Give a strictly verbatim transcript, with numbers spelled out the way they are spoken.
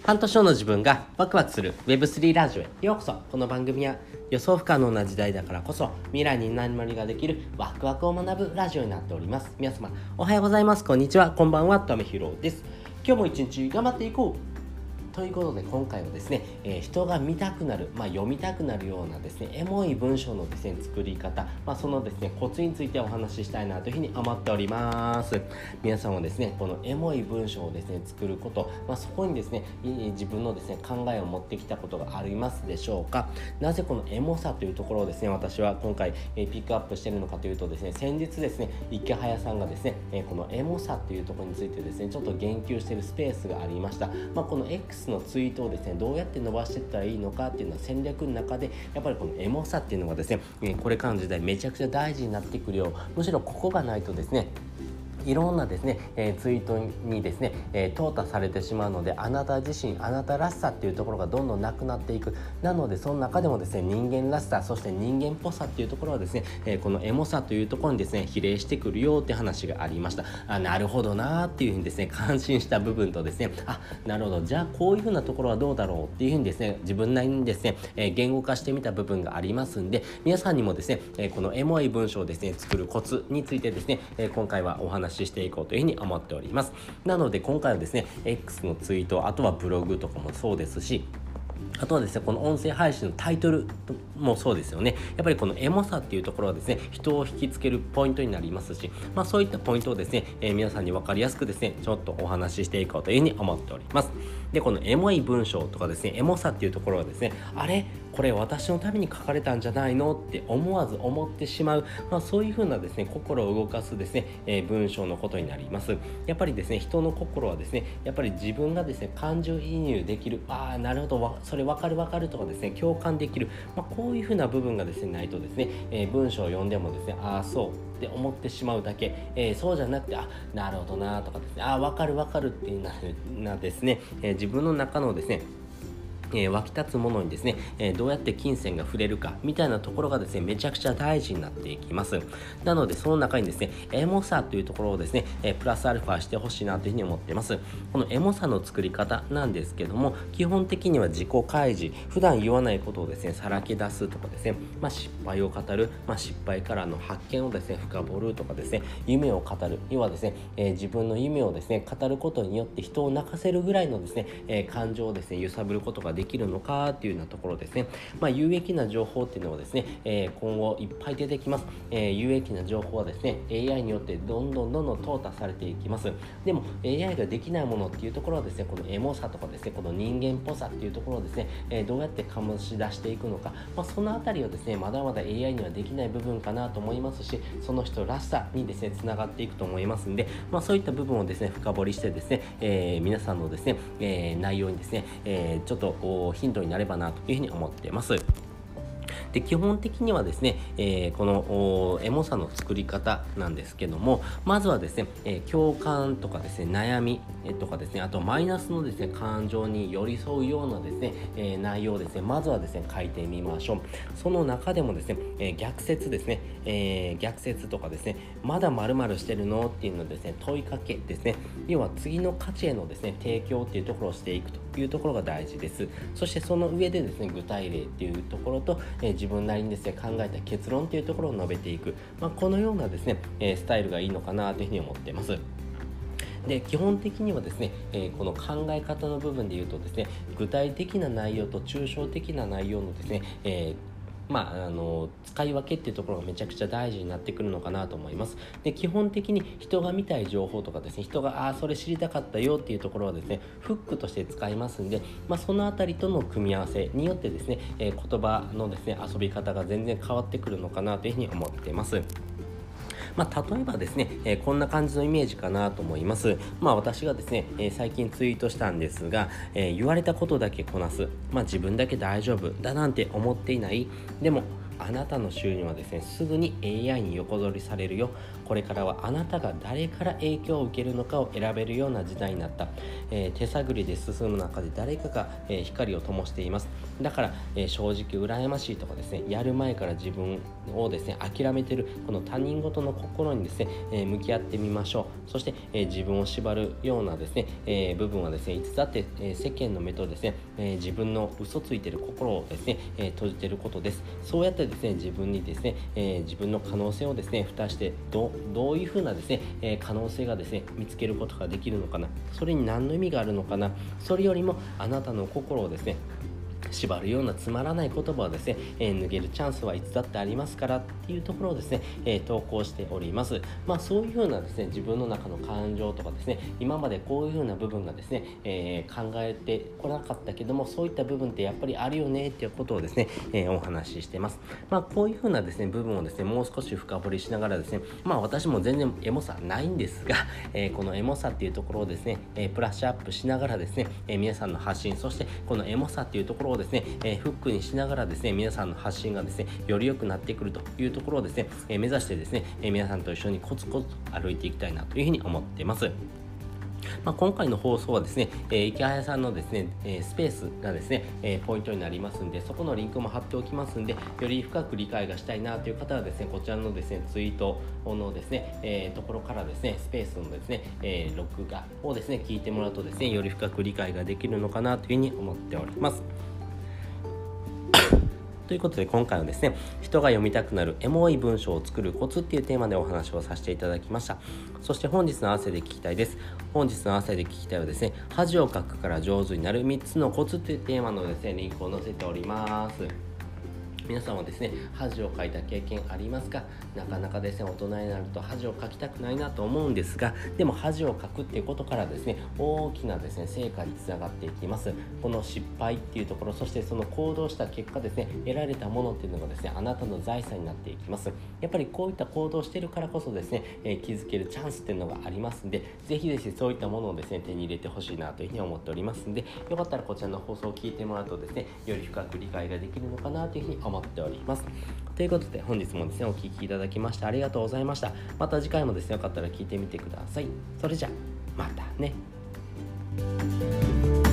半年後の自分がワクワクする ウェブスリー ラジオへようこそ。この番組は予想不可能な時代だからこそ未来に何々ができるワクワクを学ぶラジオになっております。皆様おはようございます、こんにちは、こんばんは、とめひろです。今日も一日頑張っていこうということで、今回はですね、えー、人が見たくなる、まあ、読みたくなるようなですねエモい文章のですね作り方、まあ、そのですねコツについてお話ししたいなというふうに思っております。皆さんはですねこのエモい文章をですね作ること、まあ、そこにですね自分のですね考えを持ってきたことがありますでしょうか。なぜこのエモさというところをですね私は今回、えー、ピックアップしているのかというとですね、先日ですね池早さんがですね、えー、このエモさというところについてですねちょっと言及しているスペースがありました。まあ、この X のツイートをですねどうやって伸ばしていったらいいのかっていうのは戦略の中でやっぱりこのエモさっていうのがですねこれからの時代めちゃくちゃ大事になってくるよ。むしろここがないとですねいろんなですね、えー、ツイートにですね、えー、淘汰されてしまうので、あなた自身あなたらしさっていうところがどんどんなくなっていく。なのでその中でもですね人間らしさ、そして人間っぽさっていうところはですね、えー、このエモさというところにですね比例してくるよって話がありました。あ、なるほどなーっていうふうにですね感心した部分とですね、あ、なるほど、じゃあこういうふうなところはどうだろうっていうふうにですね自分なりにですね、えー、言語化してみた部分がありますんで、皆さんにもですね、えー、このエモい文章をですね作るコツについてですね、えー、今回はお話ししていこうというふうに思っております。なので今回はですね X のツイート、あとはブログとかもそうですし、あとはですねこの音声配信のタイトルもそうですよね。やっぱりこのエモさっていうところはですね人を引きつけるポイントになりますし、まあそういったポイントをですね、えー、皆さんに分かりやすくですねちょっとお話ししていこうというふうに思っております。で、このエモい文章とかですねエモさっていうところはですね、あれこれ私のために書かれたんじゃないのって思わず思ってしまう、まあ、そういう風なですね心を動かすですね、えー、文章のことになります。やっぱりですね人の心はですねやっぱり自分がですね感情移入できる、ああなるほど、それ分かる分かるとかですね共感できる、まあ、こういう風な部分がですねないとですね、えー、文章を読んでもですねああそうって思ってしまうだけ、えー、そうじゃなくて、あ、なるほどなとかですね、あ、分かる分かるっていうななですね、えー、自分の中のですねえー、湧き立つものにですね、えー、どうやって金銭が触れるかみたいなところがですねめちゃくちゃ大事になっていきます。なのでその中にですねエモさというところをですね、えー、プラスアルファしてほしいなというふうに思っています。このエモさの作り方なんですけども、基本的には自己開示、普段言わないことをですねさらけ出すとかですね、まあ、失敗を語る、まあ、失敗からの発見をですね深掘るとかですね、夢を語る、要はですね、えー、自分の夢をですね語ることによって人を泣かせるぐらいのですね、えー、感情をですね揺さぶることができるのかっていうようなところですね。まあ、有益な情報っていうのはですね、えー、今後いっぱい出てきます。えー、有益な情報はですね エーアイ によってどんどんどんどん淘汰されていきます。でも エーアイ ができないものっていうところはですね、このエモさとかですね、この人間っぽさっていうところをですね、えー、どうやって醸し出していくのか、まあ、そのあたりはですねまだまだ エーアイ にはできない部分かなと思いますし、その人らしさにですねつながっていくと思いますんで、まあ、そういった部分をですね深掘りしてですね、えー、皆さんのですね、えー、内容にですね、えー、ちょっとヒントになればなというふうに思っています。で、基本的にはですね、えー、このエモさの作り方なんですけども、まずはですね、えー、共感とかですね悩み、えー、とかですね、あとマイナスのですね感情に寄り添うようなですね、えー、内容をですねまずはですね書いてみましょう。その中でもですね、えー、逆説ですね、えー、逆説とかですね、まだ〇〇してるのっていうのですね問いかけですね、要は次の価値へのですね提供っていうところをしていくというところが大事です。そしてその上でですね具体例っていうところと、えー、自分なりにですね考えた結論っていうところを述べていく、まあ、このようなですね、えー、スタイルがいいのかなというふうに思っています。で、基本的にはですね、えー、この考え方の部分で言うとですね、具体的な内容と抽象的な内容のですね、えーまあ、あの使い分けっていうところがめちゃくちゃ大事になってくるのかなと思います。で、基本的に人が見たい情報とかですね、人がああそれ知りたかったよっていうところはですねフックとして使いますんで、まあ、そのあたりとの組み合わせによってですね、えー、言葉のですね遊び方が全然変わってくるのかなというふうに思っています。まあ、例えばですね、えー、こんな感じのイメージかなと思います。まあ、私がですね、えー、最近ツイートしたんですが、えー、言われたことだけこなす、まあ、自分だけ大丈夫だなんて思っていない、でもあなたの収入はですねすぐに エーアイ に横取りされるよ。これからはあなたが誰から影響を受けるのかを選べるような時代になった、えー、手探りで進む中で誰かが、えー、光を灯しています。だから、えー、正直羨ましいとかですね、やる前から自分をですね諦めてるこの他人事の心にですね、えー、向き合ってみましょう。そして、えー、自分を縛るようなですね、えー、部分はですねいつだって、えー、世間の目とですね、えー、自分の嘘ついてる心をですね、えー、閉じてることです。そうやってですね自分にですね、えー、自分の可能性をですね蓋してどうどういうふうなですね、えー、可能性がですね見つけることができるのかな、それに何の意味があるのかな、それよりもあなたの心をですね縛るようなつまらない言葉をですね、えー、脱げるチャンスはいつだってありますからっていうところをですね、えー、投稿しております。まあそういうふうなですね自分の中の感情とかですね、今までこういうふうな部分がですね、えー、考えてこなかったけどもそういった部分ってやっぱりあるよねっていうことをですね、えー、お話ししてます。まあこういうふうなですね部分をですねもう少し深掘りしながらですね、まあ私も全然エモさないんですが、えー、このエモさっていうところをですね、えー、プラッシュアップしながらですね、えー、皆さんの発信、そしてこのエモさっていうところをですね、えー、フックにしながらですね皆さんの発信がですねより良くなってくるというところをですね、えー、目指してですね、えー、皆さんと一緒にコツコツ歩いていきたいなというふうに思っています。まあ、今回の放送はですね、えー、池早さんのですね、えー、スペースがですね、えー、ポイントになりますんで、そこのリンクも貼っておきますんで、より深く理解がしたいなという方はですね、こちらのですねツイートのですね、えー、ところからですねスペースのですね、えー、録画をですね聞いてもらうとですねより深く理解ができるのかなというふうに思っております。ということで今回はですね、人が読みたくなるエモい文章を作るコツっていうテーマでお話をさせていただきました。そして本日の汗で聞きたいです。本日の汗で聞きたいはですね、恥をかくから上手になるみっつのコツっていうテーマのですね、リンクを載せております。皆さんはですね恥をかいた経験ありますか？なかなかですね大人になると恥をかきたくないなと思うんですが、でも恥をかくっていうことからですね大きなですね成果につながっていきます。この失敗っていうところ、そしてその行動した結果ですね得られたものっていうのがですねあなたの財産になっていきます。やっぱりこういった行動してるからこそですね、えー、気づけるチャンスっていうのがありますんで、ぜひぜひそういったものをですね手に入れてほしいなというふうに思っておりますんで、よかったらこちらの放送を聞いてもらうとですねより深く理解ができるのかなというふうに思っております。ということで本日もですねお聞きいただきましてありがとうございました。また次回もですねよかったら聞いてみてください。それじゃまたね。